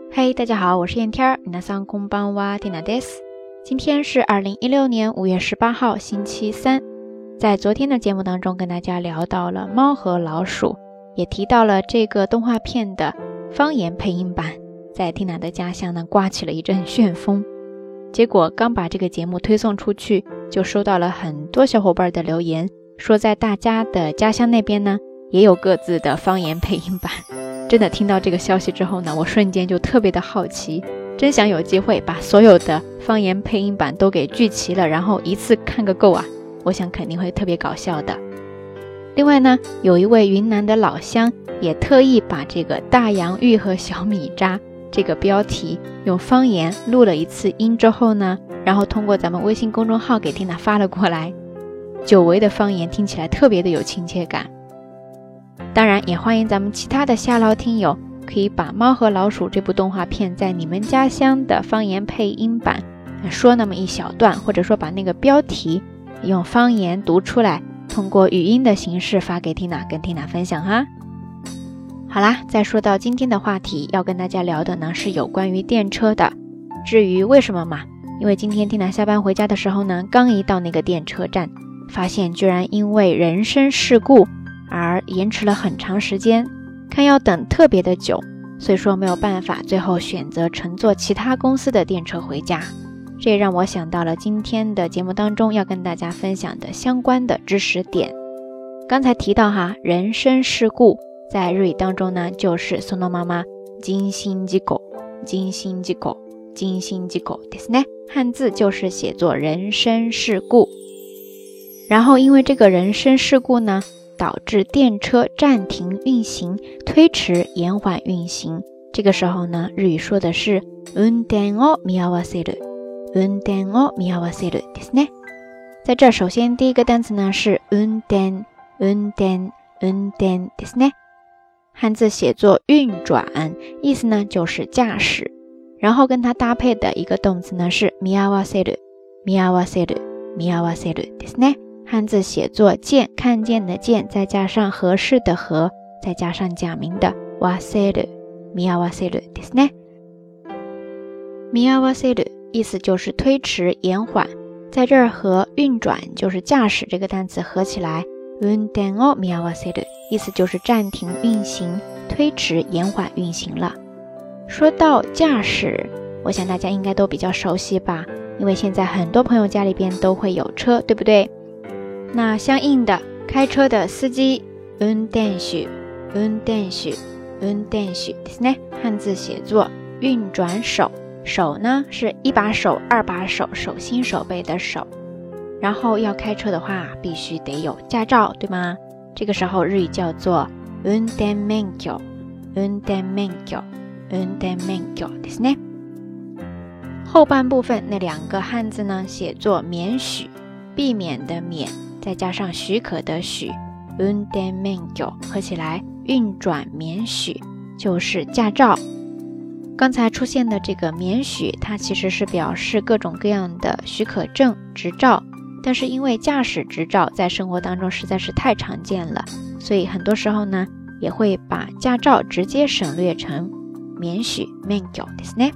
嘿，大家好，我是燕天儿。皆さんこんばんは、Tinaです。今天是2016年5月18号，星期三。在昨天的节目当中，跟大家聊到了猫和老鼠，也提到了这个动画片的方言配音版，在 Tina 的家乡呢刮起了一阵旋风。结果刚把这个节目推送出去，就收到了很多小伙伴的留言，说在大家的家乡那边呢，也有各自的方言配音版。真的听到这个消息之后呢，我瞬间就特别的好奇，真想有机会把所有的方言配音版都给聚齐了，然后一次看个够啊！我想肯定会特别搞笑的。另外呢，有一位云南的老乡也特意把这个大洋芋和小米渣这个标题用方言录了一次音之后呢，然后通过咱们微信公众号给 Tina 发了过来，久违的方言听起来特别的有亲切感。当然也欢迎咱们其他的下捞听友可以把猫和老鼠这部动画片在你们家乡的方言配音版说那么一小段，或者说把那个标题用方言读出来，通过语音的形式发给 Tina， 跟 Tina 分享哈。好啦，再说到今天的话题，要跟大家聊的呢是有关于电车的。至于为什么嘛，因为今天 Tina 下班回家的时候呢，刚一到那个电车站，发现居然因为人身事故而延迟了很长时间，看要等特别的久，所以说没有办法，最后选择乘坐其他公司的电车回家。这也让我想到了今天的节目当中要跟大家分享的相关的知识点。刚才提到哈，人身事故在日语当中呢就是そのまま人身事故、人身事故、人身事故ですね，汉字就是写作人身事故。然后因为这个人身事故呢，导致电车暂停运行、推迟、延缓运行。这个时候呢，日语说的是運転を見合わせる、運転を見合わせるですね。在这首先第一个单词呢是運転、運転、運転ですね。汉字写作运转，意思呢就是驾驶。然后跟它搭配的一个动词呢是見合わせる、見合わせる、見合わせるですね。汉字写作见，看见的见，再加上合适的合，再加上假名的わせる、見合わせるですね。見合わせる意思就是推迟、延缓，在这儿和运转就是驾驶这个单词合起来，運転を見合わせる意思就是暂停运行、推迟、延缓运行了。说到驾驶，我想大家应该都比较熟悉吧，因为现在很多朋友家里边都会有车，对不对？那相应的开车的司机運転手、運転手、運転手ですね。汉字写作运转手，手呢是一把手、二把手，手心手背的手。然后要开车的话必须得有驾照，对吗？这个时候日语叫做運転免許、運転免許、運転免許ですね。后半部分那两个汉字呢写作免許，避免的免，再加上许可的许，運転免許合起来运转免许就是驾照。刚才出现的这个免许，它其实是表示各种各样的许可证、执照，但是因为驾驶执照在生活当中实在是太常见了，所以很多时候呢也会把驾照直接省略成免許、免許ですね。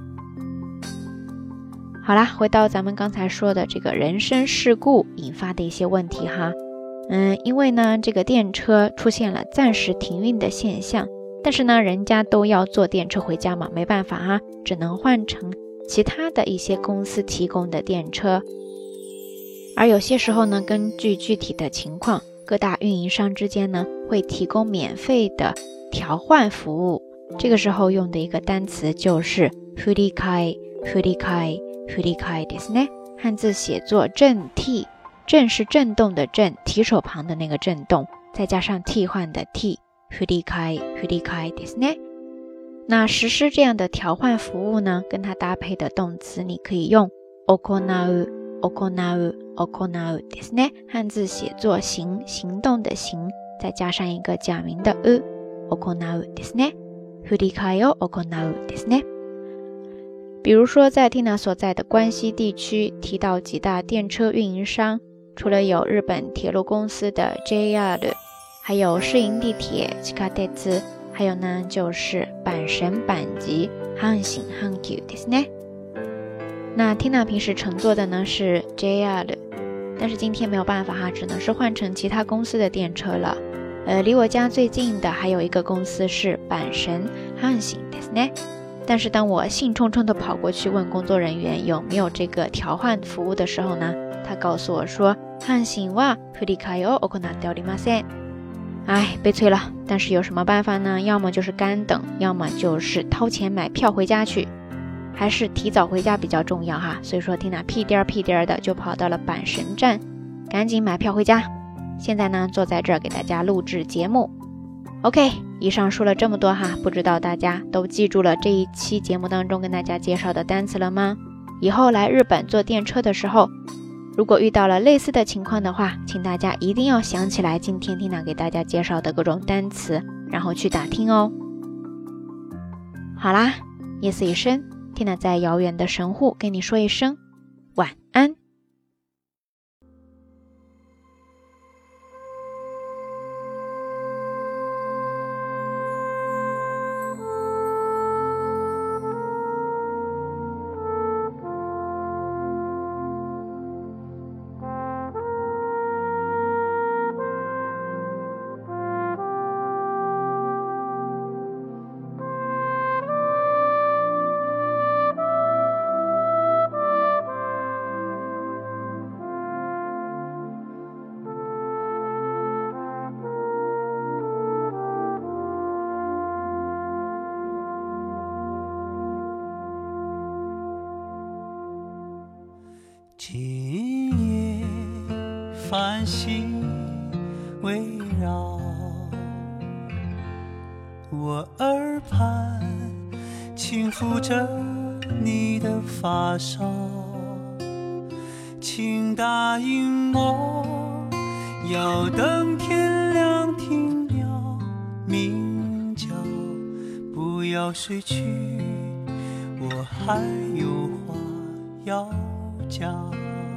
好啦，回到咱们刚才说的这个人身事故引发的一些问题哈。因为呢这个电车出现了暂时停运的现象，但是呢人家都要坐电车回家嘛，没办法哈，只能换成其他的一些公司提供的电车。而有些时候呢，根据具体的情况，各大运营商之间呢会提供免费的调换服务。这个时候用的一个单词就是振り替え、振り替え、振り替えですね。汉字写作振替，振是震动的振，提手旁的那个震动，再加上替换的替，振り替え、振り替えですね。那实施这样的调换服务呢，跟它搭配的动詞你可以用行う、行う、行うですね。汉字写作行，行动的行，再加上一个假名的う、行うですね。振り替えを行うですね。比如说在 Tina 所在的关西地区提到几大电车运营商，除了有日本铁路公司的 JR， 还有市营地铁地下鉄， 还有呢就是阪神阪急阪神阪急ですね。那 Tina 平时乘坐的呢是 JR， 但是今天没有办法哈，只能是换成其他公司的电车了。离我家最近的还有一个公司是阪神阪神ですね。但是当我兴冲冲的跑过去问工作人员有没有这个调换服务的时候呢，他告诉我说阪神は振り替えを行っておりません。悲催了，但是有什么办法呢？要么就是干等，要么就是掏钱买票回家去，还是提早回家比较重要哈。所以说 Tina 屁颠儿的就跑到了阪神站，赶紧买票回家。现在呢坐在这儿给大家录制节目。OK， 以上说了这么多哈，不知道大家都记住了这一期节目当中跟大家介绍的单词了吗？以后来日本坐电车的时候，如果遇到了类似的情况的话，请大家一定要想起来今天 Tina 给大家介绍的各种单词，然后去打听哦。好啦，夜色已深， Tina 在遥远的神户跟你说一声晚安。 今夜繁星围绕我耳畔，轻抚着你的发梢，请答应我，要等天亮听鸟鸣叫，不要睡去，我还有话要讲。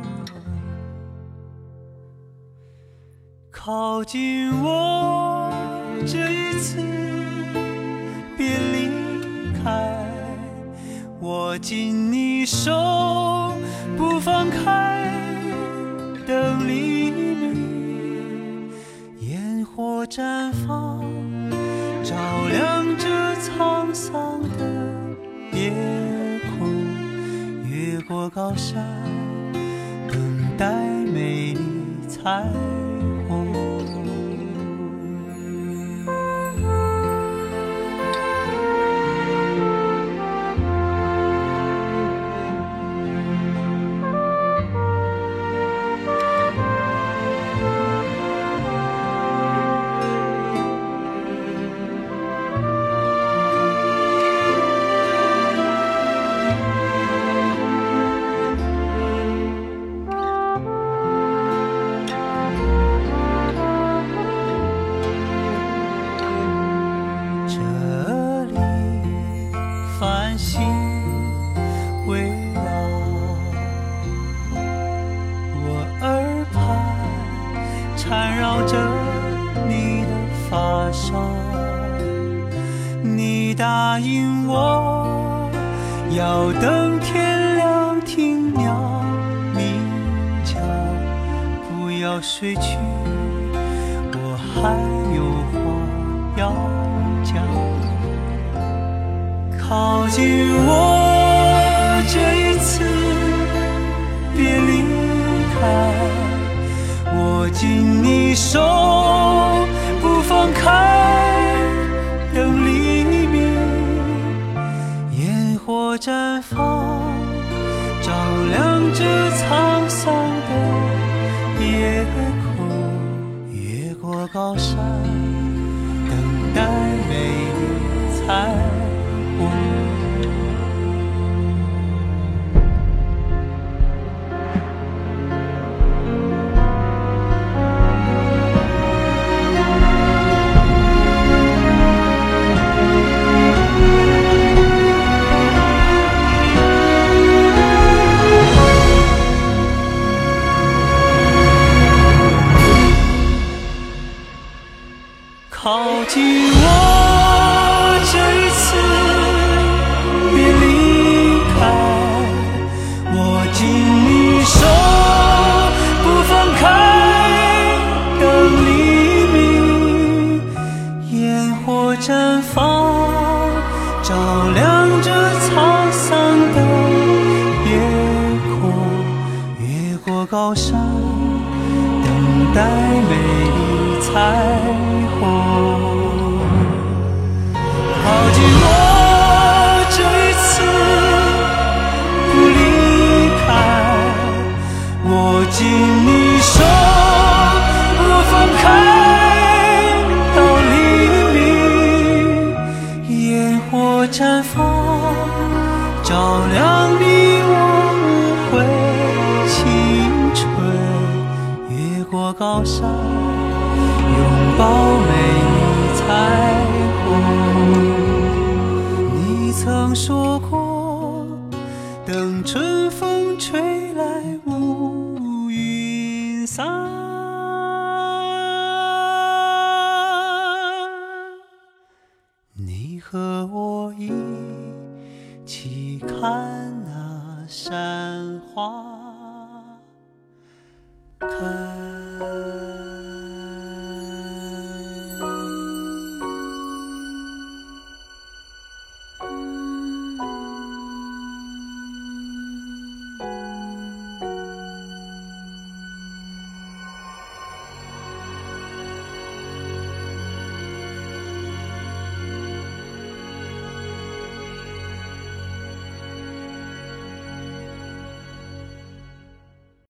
靠近我，这一次别离开，握紧你手不放开，等黎明，烟火绽放，照亮这沧桑的夜空，越过高山，等待美丽彩虹。缠绕着你的发梢，你答应我，要等天亮听鸟鸣叫，不要睡去，我还有话要讲。靠近我，这一次别离开，握紧你手不放开，等黎明，烟火绽放，照亮这沧桑的夜空，越过高山，等待美丽彩虹。靠近我， 照亮着沧桑的夜空，越过高山，等待美丽彩虹。靠近我，这一次不离开，握紧你手，不放开，到黎明，烟火绽放，照亮你我无悔青春，越过高山，拥抱美丽彩虹。你曾说过，等春风吹来乌云散，你和我一起看那山花开。